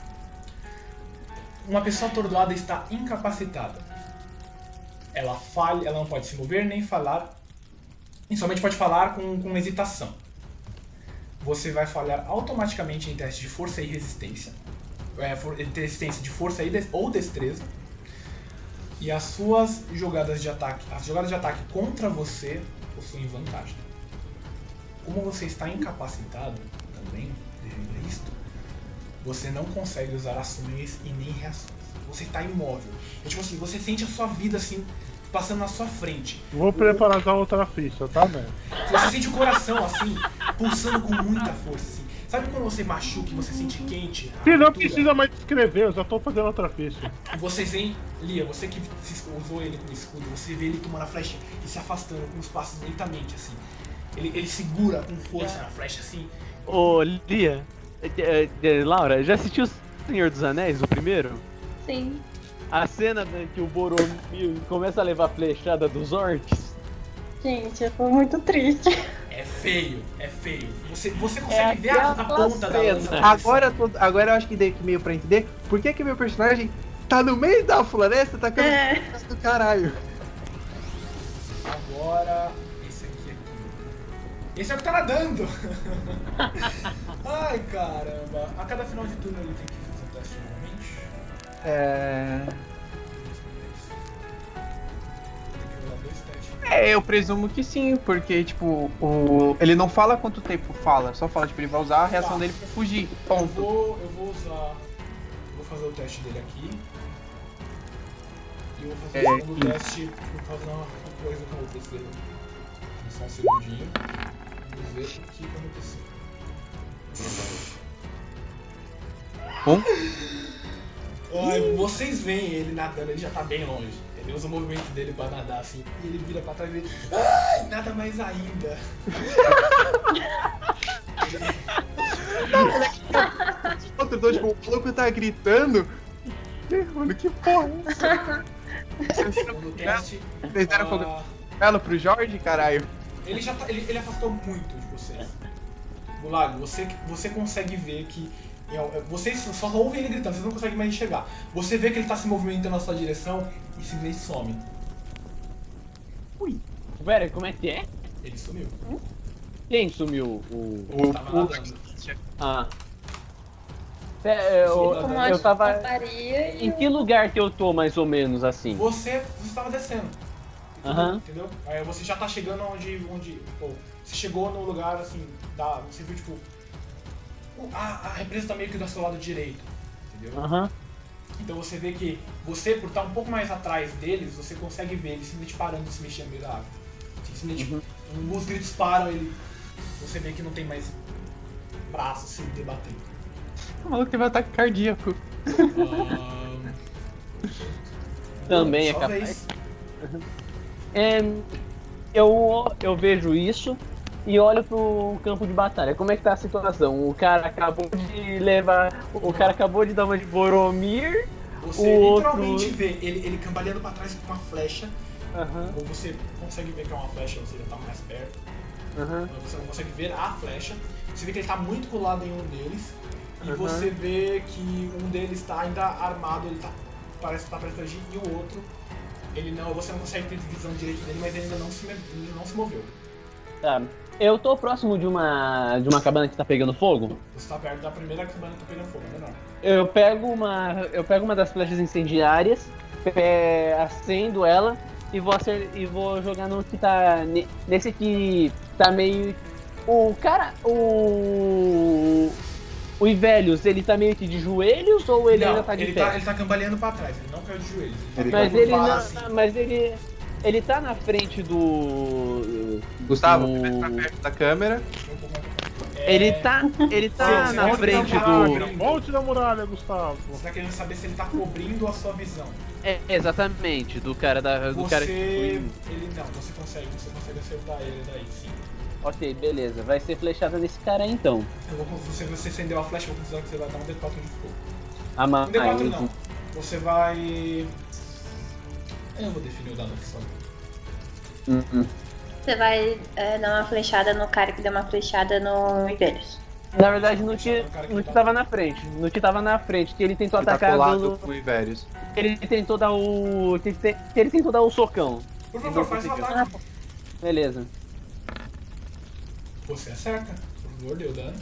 Uma pessoa atordoada está incapacitada. Ela falha, ela não pode se mover nem falar, e somente pode falar com hesitação. Você vai falhar automaticamente em teste de força e resistência. Resistência de força ou destreza. E as suas jogadas de ataque, as jogadas de ataque contra você possuem vantagem. Como você está incapacitado também, devido a isto, você não consegue usar ações e nem reações. Você está imóvel. É tipo assim, você sente a sua vida assim, passando na sua frente. Vou preparar a outra ficha, tá, né? Você sente o coração assim, pulsando com muita força. Assim. Sabe quando você machuca e você sente quente? a Se não altura? precisa mais escrever, eu já tô fazendo outra ficha. Você vê, Lia, você que usou ele como escudo, você vê ele tomando a flecha e se afastando com os passos lentamente, assim. Ele segura com força na flecha, assim. Ô, Lia, Laura, já assistiu O Senhor dos Anéis, o primeiro? Sim. A cena que o Boromir começa a levar flechada dos orcs? Gente, foi muito triste. É feio, é feio. Você consegue ver a aquela ponta da lança. cena. Agora eu acho que dei meio pra entender por que meu personagem tá no meio da floresta tacando do caralho. Agora, esse aqui. Esse é o que tá nadando! Ai, caramba. A cada final de turno ele tem que fazer um teste novamente. Eu presumo que sim, porque, tipo, ele não fala quanto tempo fala, só fala, tipo, ele vai usar a reação dele pra fugir, ponto. Eu vou usar... Vou fazer o teste dele aqui. E eu vou fazer o segundo teste por fazer uma coisa com outra. Só um segundinho. Vamos ver o que vai acontecer. Ai, vocês veem ele nadando, ele já tá bem longe. Ele usa o movimento dele pra nadar assim. E ele vira pra trás e ele... Ai, nada mais ainda. Outro dois, tipo, o maluco tá gritando. Mano, que porra é essa? No teste... Vocês deram cogumelo pro Jorge, caralho? Ele já tá, ele afastou muito de vocês. Gulag, você consegue ver que... Vocês só ouvem ele gritando, vocês não conseguem mais enxergar. Você vê que ele tá se movimentando na sua direção e simplesmente some. Ui. Pera, como é que é? Ele sumiu. Quem sumiu? Ele tava nadando. Ah. Eu tava... Em que lugar que eu tô, mais ou menos, assim? Você estava descendo. Aham. Entendeu? Aí você já tá chegando onde pô, você chegou no lugar, assim, você viu, tipo... A represa tá meio que do seu lado direito, entendeu? Aham. Então você vê que você, por estar um pouco mais atrás deles, você consegue ver ele simplesmente parando, se mexendo no meio da água. Simplesmente, os gritos param, você vê que não tem mais braços se debatendo. O maluco teve um ataque cardíaco. Também é capaz. Eu vejo isso e olho pro campo de batalha. Como é que tá a situação? O cara acabou de levar... O cara acabou de dar uma de Boromir. Você o literalmente outro... vê ele cambaleando pra trás com uma flecha. Aham. Ou você consegue ver que é uma flecha, você já tá mais perto. Aham. Você não consegue ver a flecha. Você vê que ele tá muito colado em um deles. E Uhum. você vê que um deles tá ainda armado, ele parece que tá pra trás, e o outro, você não consegue ter visão direito dele, mas ele ainda não se moveu. Tá. Eu tô próximo de uma cabana que tá pegando fogo. Você tá perto da primeira cabana que tá pegando fogo, menor. Eu pego uma das flechas incendiárias, acendo ela e vou jogar no que tá nesse que tá meio... O cara, o Ivelios, ele tá meio que de joelhos ou ele ainda tá de pé? Ele tá cambaleando pra trás, ele não caiu de joelhos. Ele tá na frente do... Gustavo, mais pra perto da câmera. Ele tá na frente do... Volte da muralha, Gustavo. Você tá querendo saber se ele tá cobrindo a sua visão. Exatamente, do cara que... Você consegue acertar ele daí, sim. Ok, beleza. Vai ser flechada nesse cara aí, então. Se você acendeu a flecha, eu vou precisar que você vai dar um D4 de fogo. Um D4 não. Você vai... Eu vou definir o dano aqui só. Você vai dar uma flechada no cara que deu uma flechada no Ivelios. Na verdade, no que tava na frente. No que tava na frente, que ele tentou atacar com o Ivelios. Ele tentou dar o... Que ele tentou dar o socão. Por favor, faz um ataque. Beleza. Você acerta. Por favor, deu dano.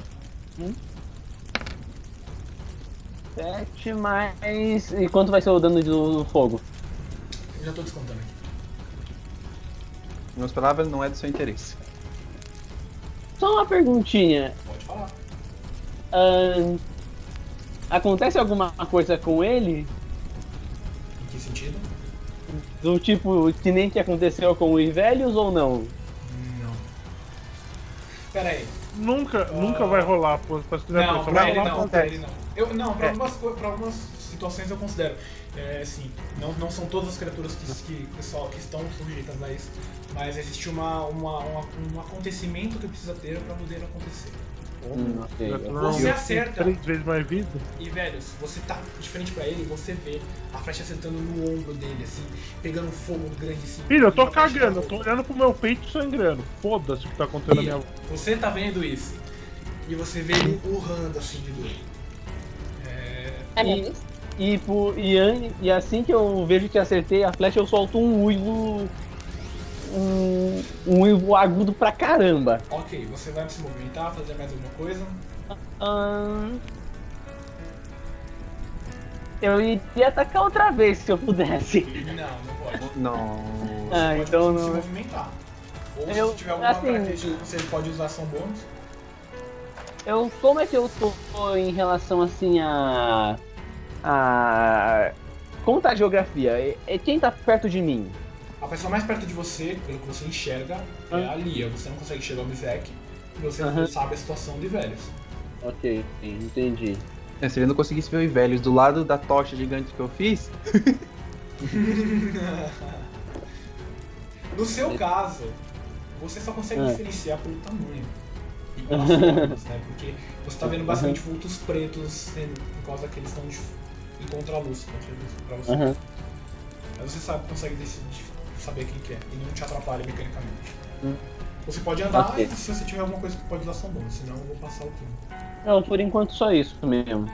7 mais... E quanto vai ser o dano do fogo? Eu já tô descontando aqui. Em outras palavras, não é do seu interesse. Só uma perguntinha. Pode falar. Acontece alguma coisa com ele? Em que sentido? Do tipo, que nem que aconteceu com o Ivelios ou não? Não. Pera aí. Nunca vai rolar, pô. Pra Não, pra ele não. acontece. Pra algumas situações eu considero. Assim, não são todas as criaturas que estão sujeitas a isso, mas existe um acontecimento que precisa ter pra poder acontecer. Ok. Você acerta. 3 vezes mais vida? E, velho, se você tá de frente pra ele, você vê a flecha acertando no ombro dele, assim, pegando um fogo grande, assim. Filho, eu tô cagando, eu tô olhando pro meu peito sangrando. Foda-se o que tá acontecendo na minha volta. Você tá vendo isso, e você vê ele urrando, assim, de dor. E assim que eu vejo que acertei a flecha, eu solto um um Evo agudo pra caramba. Ok, você vai se movimentar, fazer mais alguma coisa? Eu iria atacar outra vez se eu pudesse. Não pode. Não. Você Então pode se não. movimentar. Ou Eu- se tiver alguma assim, característica que você pode usar ação bônus. Como é que eu tô em relação assim a conta a geografia? Quem tá perto de mim? A pessoa mais perto de você, pelo que você enxerga, é a Lia. Você não consegue enxergar o Mizek e você não sabe a situação de velhos. Ok, entendi. Se ele não conseguisse ver os velhos do lado da tocha gigante que eu fiz, No seu caso, você só consegue diferenciar pelo tamanho. E pelas formas, né? Porque você tá vendo basicamente vultos pretos por causa que eles estão em contraluz pra você. Mas você consegue saber quem que é e não te atrapalha mecanicamente. Você pode andar Ok. se você tiver alguma coisa que pode usar ação bônus, senão eu vou passar o turno. Não, por enquanto só isso mesmo.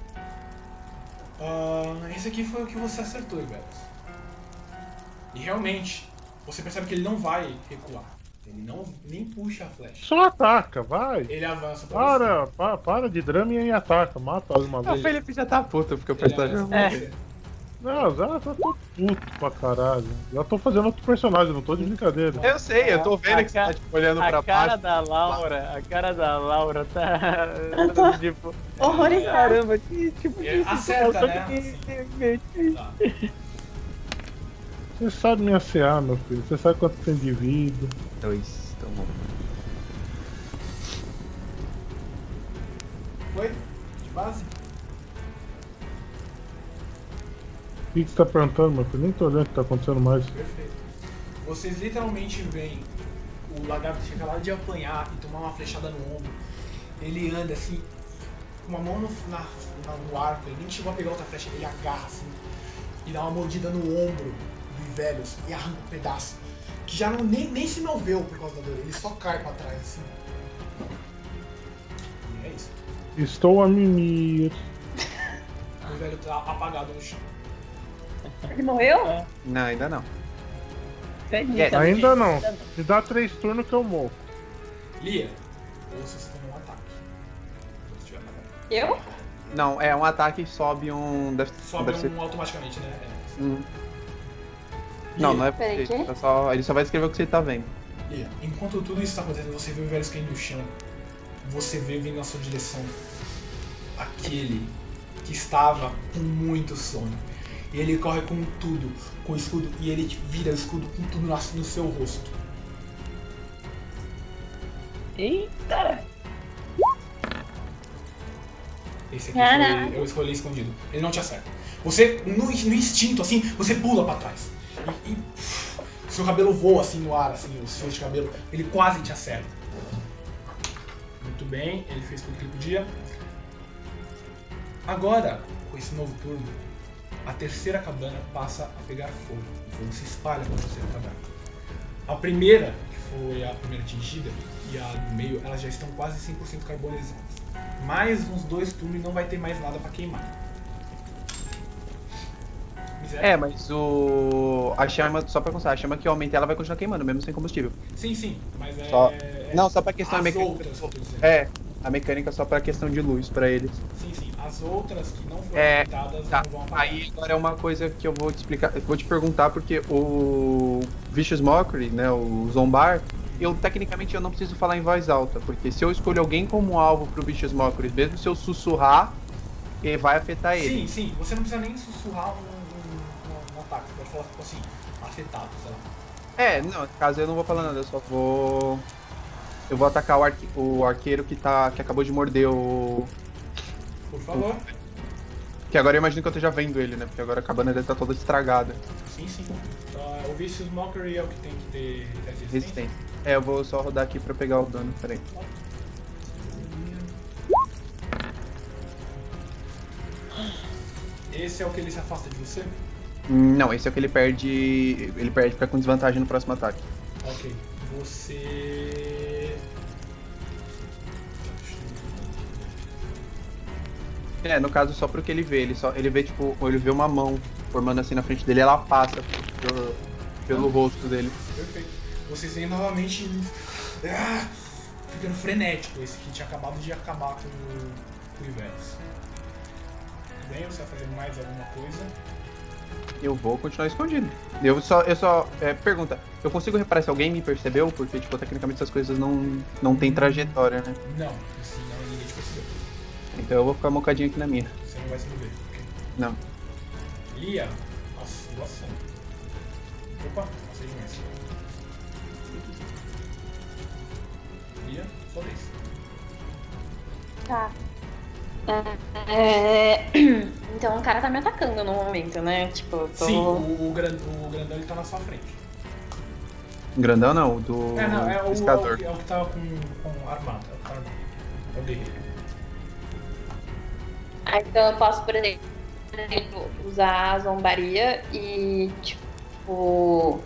Esse aqui foi o que você acertou, velho. E realmente, você percebe que ele não vai recuar. Ele não nem puxa a flecha. Só ataca, vai. Ele avança pra você. Para de drama e ataca, mata as uma o vez. Felipe já tá puto porque o Ele personagem avança é pra você. Não, já tô puto pra caralho. Já tô fazendo outro personagem, não tô de brincadeira. Eu sei, eu tô vendo A que você tá tipo, olhando pra A cara baixo. da Laura tá. Eu tô tipo. horrorizada. Caramba, que tipo Ele acerta, né? Tá. Você sabe minha CA, meu filho. Você sabe quanto tem de vida. 2, então vamos. Foi? De base? O que você tá perguntando, meu filho? Nem tô olhando o que tá acontecendo mais. Perfeito. Vocês literalmente veem o lagarto chegar lá de apanhar e tomar uma flechada no ombro. Ele anda assim, com uma mão no arco, ele nem chegou a pegar outra flecha, ele agarra assim e dá uma mordida no ombro do Velhos e arranca um pedaço. Que já não, nem se moveu por causa da dor, ele só cai pra trás assim. E é isso. Estou a mimir. O velho tá apagado no chão. Ele morreu? Não, ainda não. Ainda não. Me dá 3 turnos que eu morro. Lia, ou se você tomou um ataque. Se tiver apagado. Eu? Não, é um ataque e sobe um. Sobe deve ser. automaticamente, né? Não, não é Peraí, porque. quê? Ele só vai descrever o que você tá vendo. Lia, enquanto tudo isso tá acontecendo, você vê o velho caindo no chão. Você vê vindo na sua direção aquele que estava com muito sono. E ele corre com tudo, com o escudo, e ele vira o escudo com tudo no seu rosto. Eita! Esse aqui Caraca. foi, eu escolhi escondido. Ele não te acerta. Você, no instinto, assim, você pula pra trás. E seu cabelo voa assim no ar, assim, os fios de cabelo. Ele quase te acerta. Muito bem, ele fez tudo que ele podia. Agora, com esse novo turno, a terceira cabana passa a pegar fogo. O fogo se espalha pela terceira cabana. A primeira, que foi a primeira atingida, e a do meio, elas já estão quase 100% carbonizadas. Mais uns 2 turnos e não vai ter mais nada pra queimar. É, mas a chama, só pra constar, a chama que eu aumentei, ela vai continuar queimando, mesmo sem combustível. Sim, mas é... Só- Não, só pra questão as mecânica. outras que eu tô dizendo. É, a mecânica só pra questão de luz pra eles. Sim, as outras que não foram É, aumentadas Tá, não vão apagar. aí agora é uma coisa que eu vou te explicar, eu vou te perguntar, porque o Vicious Mockery, né, o Zombar, tecnicamente eu não preciso falar em voz alta, porque se eu escolho alguém como alvo pro Vicious Mockery, mesmo se eu sussurrar, vai afetar ele. Sim, você não precisa nem sussurrar um ataque, você pode falar tipo assim, afetado, sei lá. É, não, no caso eu não vou falar nada, eu só vou... Eu vou atacar o arqueiro que acabou de morder o... Por favor. Que agora eu imagino que eu esteja vendo ele, né, porque agora a cabana dele tá toda estragada. Sim. O Vicious Mockery é o que tem que ter resistência. Resistência. É, eu vou só rodar aqui pra pegar o dano, peraí. Esse é o que ele se afasta de você? Não, esse é o que ele perde, fica com desvantagem no próximo ataque. Ok. Você... É, no caso só pro que ele vê, ele vê tipo, ele vê uma mão formando assim na frente dele, ela passa pelo rosto dele. Perfeito. vocês veem novamente ficando frenético, esse que tinha acabado de acabar com o Iveros. Tudo bem? Você vai fazer mais alguma coisa? Eu vou continuar escondido. Pergunta, eu consigo reparar se alguém me percebeu? Porque, tipo, tecnicamente essas coisas não tem trajetória, né? Não, assim, não, ninguém te percebeu. Então eu vou ficar mocadinho aqui na minha. Você não vai se mover. Não. Lia, a sua ação. Opa, passei demais. Lia, sua vez. Tá. Então o cara tá me atacando no momento, né? Tipo, eu tô... Sim, o grandão ele tá na sua frente. Grandão não, o do Não, é o pescador. que tá com armado. É o que tá armado. É o guerreiro. Então eu posso, por exemplo, usar a zombaria e, tipo...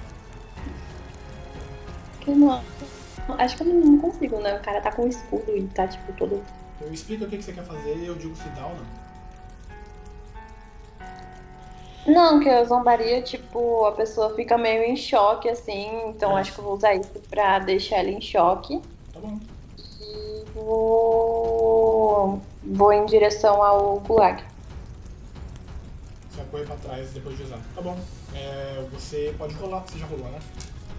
Acho que eu não consigo, né? O cara tá com escudo e tá, tipo, todo... Eu explico o que você quer fazer e eu digo se dá ou não. Não, que a zombaria, tipo, a pessoa fica meio em choque, assim, então acho que eu vou usar isso pra deixar ela em choque. Tá bom. E vou em direção ao Gulag. Você vai correr pra trás depois de usar. Tá bom. Você pode rolar. Você já rolou, né?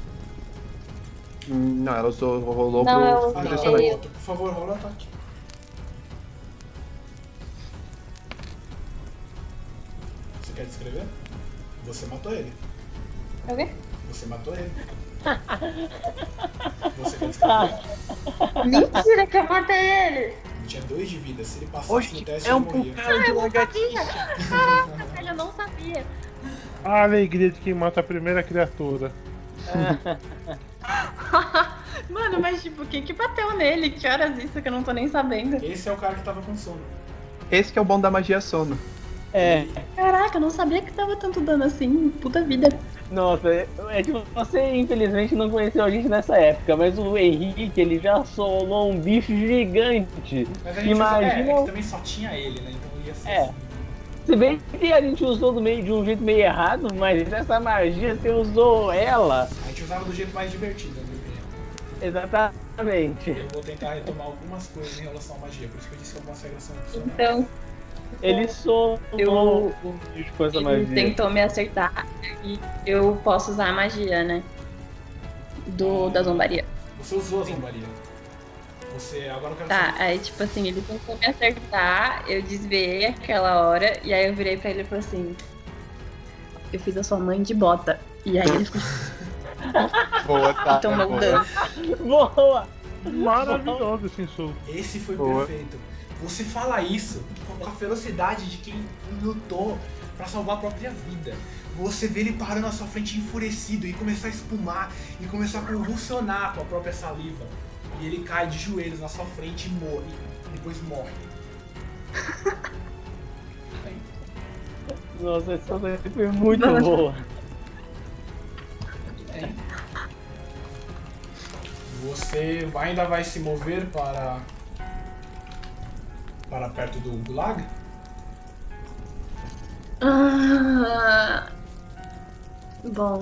Não, ela rolou Não, eu pro usei. direcionamento. Por favor, rola o ataque. Você quer descrever? Você matou ele. O quê? Você matou ele. Você quer descrever? Mentira que eu matei ele! Ele tinha 2 de vida. Se ele passasse Oxe, no teste, é um ele morria. bocado de lagartixa. Eu não sabia. A alegria de quem mata a primeira criatura. Mano, mas tipo, quem que bateu nele? Que horas isso que eu não tô nem sabendo? Esse é o cara que tava com sono. Esse que é o bom da magia sono. É, Caraca, eu não sabia que tava tanto dano assim. Puta vida. nossa, é que você infelizmente não conheceu a gente nessa época, mas o Henrique, ele já solou um bicho gigante. Mas a gente Imagina. que também só tinha ele, né? Então ia ser assim. Se bem que a gente usou de um jeito meio errado, mas essa magia você usou ela. A gente usava do jeito mais divertido, na minha opinião. Exatamente. Eu vou tentar retomar algumas coisas em relação à magia, por isso que eu disse que algumas regras são opcionais. Então, Ele solou um bicho com essa ele magia. tentou me acertar e eu posso usar a magia, né? Da zombaria. Você usou a zombaria. Agora eu quero Tá, saber. aí tipo assim, ele tentou me acertar, eu desviei aquela hora, e aí eu virei pra ele e falei assim: eu fiz a sua mãe de bota. E aí ele Boa, tá. tomou boa. dano. Boa! Maravilhoso esse insulto. Esse foi Boa. perfeito. Você fala isso com a ferocidade de quem lutou pra salvar a própria vida. Você vê ele parando na sua frente enfurecido e começar a espumar e começar a convulsionar com a própria saliva. E ele cai de joelhos na sua frente e morre. E depois morre. Nossa, essa foi muito Nossa. boa. Você ainda vai se mover para perto do Gulag? Bom.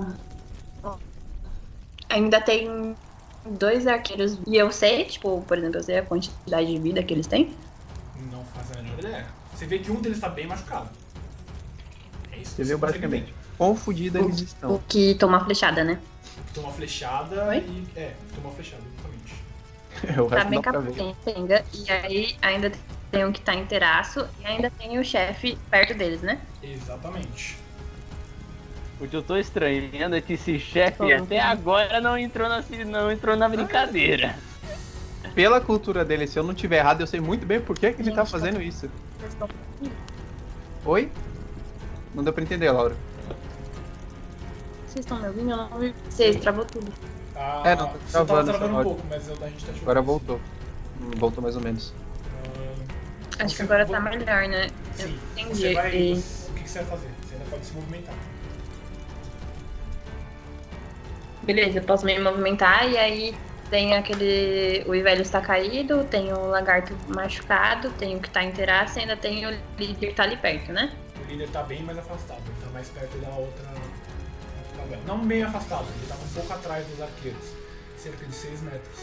Ainda tem 2 arqueiros. E eu sei, tipo, por exemplo, eu sei a quantidade de vida que eles têm. Não faz a menor ideia. Você vê que um deles está bem machucado. É isso que Você viu consegue basicamente. Quão fodidos eles estão. O que toma flechada, né? ver. Toma flechada Oi? e. Toma flechada, exatamente. O Tá resto bem dá pra ver. capenga. E aí ainda tem um que tá inteiraço. E ainda tem o chefe perto deles, né? Exatamente. O que eu tô estranhando é que esse chefe até agora não entrou na brincadeira. Pela cultura dele, se eu não tiver errado, eu sei muito bem por que ele tá Gente, fazendo isso. Vocês estão- Oi? Não deu pra entender, Laura. Vocês estão me ouvindo? Eu não ouvi. Vocês travou tudo. Não, Você tá tava travando travando um essa pouco, mas a gente tá te Agora ouvindo. voltou. Voltou mais ou menos. Acho Você- que agora tá melhor, né? Eu Sim. entendi. Você vai. E- O que você vai fazer? Você ainda pode se movimentar. Beleza, eu posso me movimentar e aí tem aquele. O Ivelho está caído, tem o lagarto machucado, tem o que tá inteiraço e ainda tem o líder que tá ali perto, né? O líder tá bem mais afastado, ele tá mais perto da outra Não meio afastado, ele tava um pouco atrás dos arqueiros. Cerca de 6 metros.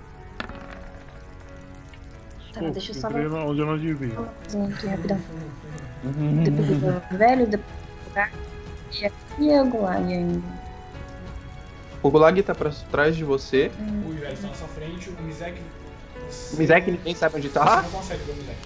Tá, deixa eu só Entrei onde eu não devia. aqui rapidão. Depois do velho, depois do lugar. E aqui é o Gulag ainda. O Gulag tá pra trás de você. O Ivellis tá na sua frente, o Mizek. O Mizek ninguém sabe onde Você tá. não consegue ver o Mizek.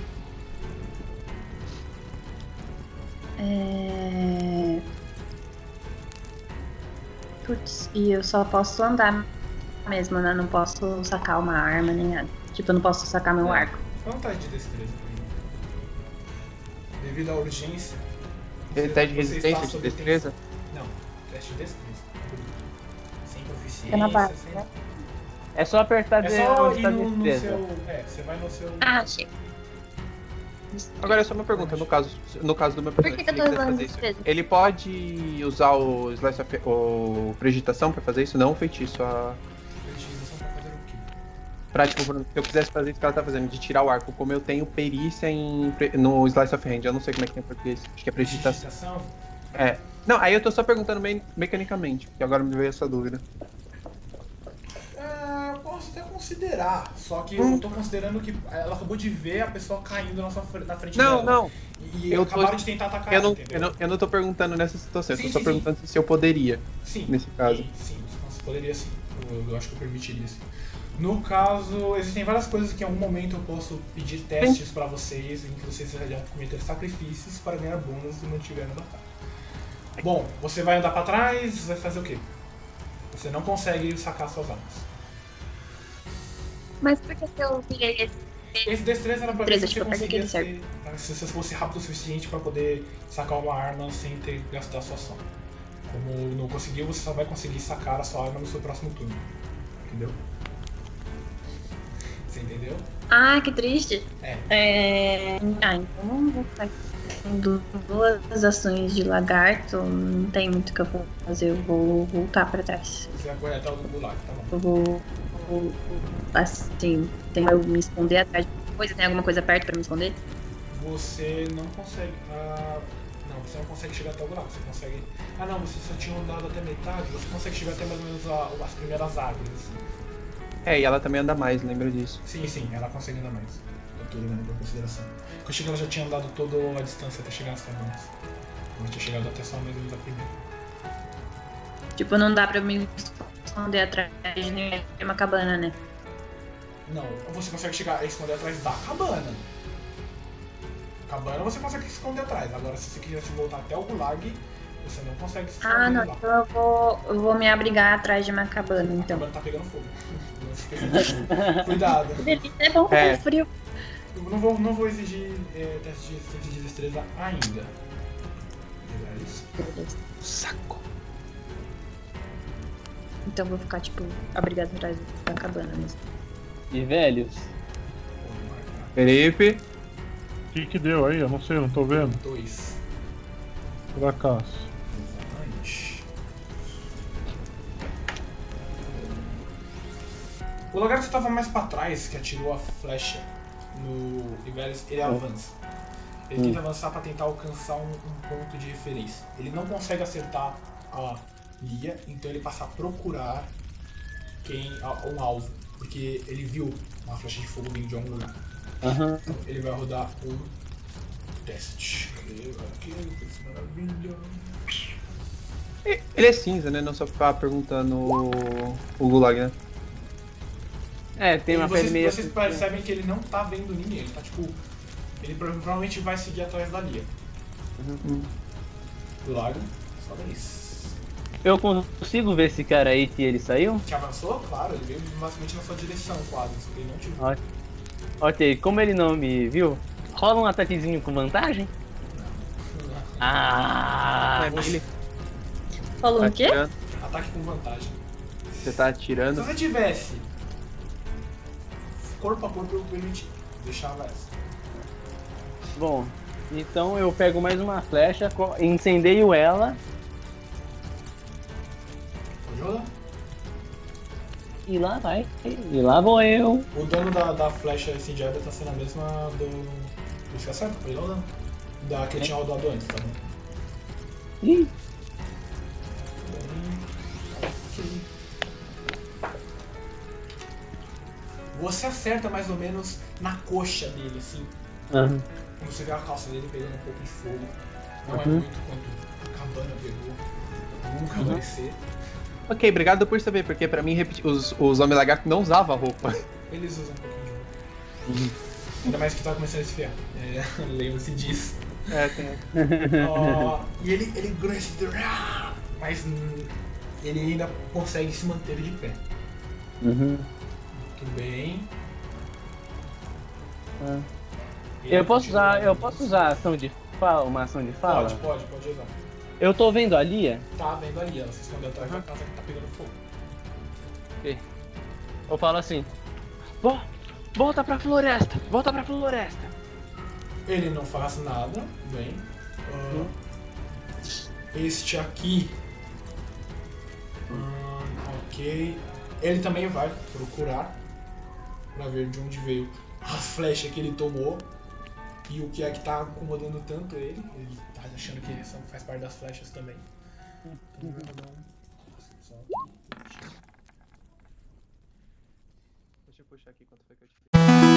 Putz, e eu só posso andar mesmo, né? Não posso sacar uma arma nem nada. Tipo, eu não posso sacar meu arco. Qual tá de destreza pra mim? Devido à urgência. Ele tá de você está resistência, de sob destreza. tensão. Não, teste de destreza. Sem É na base, proficiência, sem. né? É só apertar É só onde ir tá no destreza. seu. É, você vai no seu. Ah, achei. Agora é só uma pergunta, no caso do meu Por personagem, que se eu tô ele quiser usando fazer isso, destreza? ele pode usar o Slice of... o Prejuditação pra fazer isso? Não, o feitiço. Utilização pra fazer o quê? Pra, tipo, se eu quisesse fazer isso que ela tá fazendo, de tirar o arco, como eu tenho perícia no Slice of Hand, eu não sei como é que tem em português, acho que é Prejuditação. Digitação? É. Não, aí eu tô só perguntando mecanicamente, porque agora me veio essa dúvida. Posso até considerar, só que eu tô considerando que ela acabou de ver a pessoa caindo na frente Não, dela. não. E Eu acabaram tô- de tentar atacar Eu ela, não, entendeu? eu não tô perguntando nessa situação, Sim, eu tô só sim, perguntando se eu poderia, Sim. nesse caso. Sim, você poderia sim. Eu acho que eu permitiria sim. No caso, existem várias coisas que em algum momento eu posso pedir testes pra vocês, em que vocês irão cometer sacrifícios para ganhar bônus se mantiver no ataque. Bom, você vai andar pra trás, vai fazer o quê? Você não consegue sacar suas armas. Mas por que eu virei esse? Esse destreza era pra ver Destreza, se você tipo, pra que conseguia ele serve? se você fosse rápido o suficiente pra poder sacar uma arma sem ter que gastar a sua ação. Como não conseguiu, você só vai conseguir sacar a sua arma no seu próximo turno. Entendeu? Você entendeu? Ah, que triste. É. Então não vou ficar com duas ações de lagarto. Não tem muito o que eu vou fazer. Eu vou voltar pra trás. Você vai correr até o Gulag, tá bom. Eu vou assim, tem eu me esconder atrás de alguma coisa? Tem alguma coisa perto pra me esconder? Você não consegue. Não, você não consegue chegar até o Gulag. Você consegue. Ah, não, você só tinha andado até metade. Você consegue chegar até mais ou menos as primeiras árvores. Assim. É, e ela também anda mais, lembra disso. Sim, ela consegue andar mais. Eu tô levando em consideração. Porque eu achei que ela já tinha andado toda a distância até chegar nas cabanas. Ela tinha chegado até só mais ou menos a primeira. Tipo, não dá pra eu me esconder atrás de nenhuma cabana, né? Não, você consegue chegar e esconder atrás da cabana. Cabana você consegue se esconder atrás. Agora, se você quiser voltar até o Gulag, você não consegue se esconder Ah, não, lá. então eu vou me abrigar atrás de uma cabana, A então. cabana tá pegando fogo. Não se esqueça. Cuidado. Que delícia, é bom É. com frio. Eu não vou exigir teste de destreza ainda. É isso. Saco. Então eu vou ficar, tipo, abrigado atrás da cabana mesmo. E velhos, Vou marcar. Felipe. O que deu aí? Eu não sei, eu não tô vendo. 2. Por acaso. Exatamente. O lugar que você estava mais pra trás, que atirou a flecha no Ivellis, ele avança. Ele tenta avançar pra tentar alcançar um ponto de referência. Ele não consegue acertar a Lia, então ele passa a procurar um alvo, porque ele viu uma flecha de fogo vindo de algum lugar. Então ele vai rodar um teste. Maravilha. Ele é cinza, né? Não só ficar perguntando o Gulag, né? é, tem uma pele meio Vocês percebem que ele não tá vendo ninguém, ele tá tipo. Ele provavelmente vai seguir atrás da Lia. Do lago, só vez. Eu consigo ver esse cara aí que ele saiu? Te avançou? Claro, ele veio basicamente na sua direção quase, só que ele não te viu. Ok, como ele não me viu, rola um ataquezinho com vantagem? Ah! Ele Falou tá o quê? atirando. Ataque com vantagem. Você tá Se atirando. você tivesse corpo a corpo, eu permiti. Deixava essa. Bom, então eu pego mais uma flecha, incendeio ela Pode rolar? e lá vai. E lá vou eu. O dano da flecha incendiária tá sendo a mesma do. Isso é certo? Foi lá, da que eu tinha rodado antes, tá bom? Ih, Você acerta mais ou menos na coxa dele, assim. Aham. Quando você vê a calça dele pegando um pouco de fogo. Não é Uhum. muito quanto a cabana pegou. Nunca vai ser. Ok, obrigado por saber, porque pra mim os Homem Lagarto não usavam roupa. Eles usam um pouquinho de roupa. Ainda mais que tá começando a esfriar. Lembra-se disso. Tem. E ele grunhe assim, mas ele ainda consegue se manter de pé. Uhum. Tudo bem. Ah. Ele Eu posso continua- usar ação de fala, uma ação de fala? Pode usar. Eu tô vendo a Lia. Tá vendo ali, ela se escondeu atrás da casa que tá pegando fogo. Eu falo assim: volta pra floresta, volta pra floresta. Ele não faz nada, bem. Este aqui. Ok. Ele também vai procurar pra ver de onde veio a flecha que ele tomou e o que é que tá incomodando tanto ele. Ele tá achando que isso faz parte das flechas também. Então, vou dar só aqui. Deixa eu puxar aqui quanto foi que eu tive.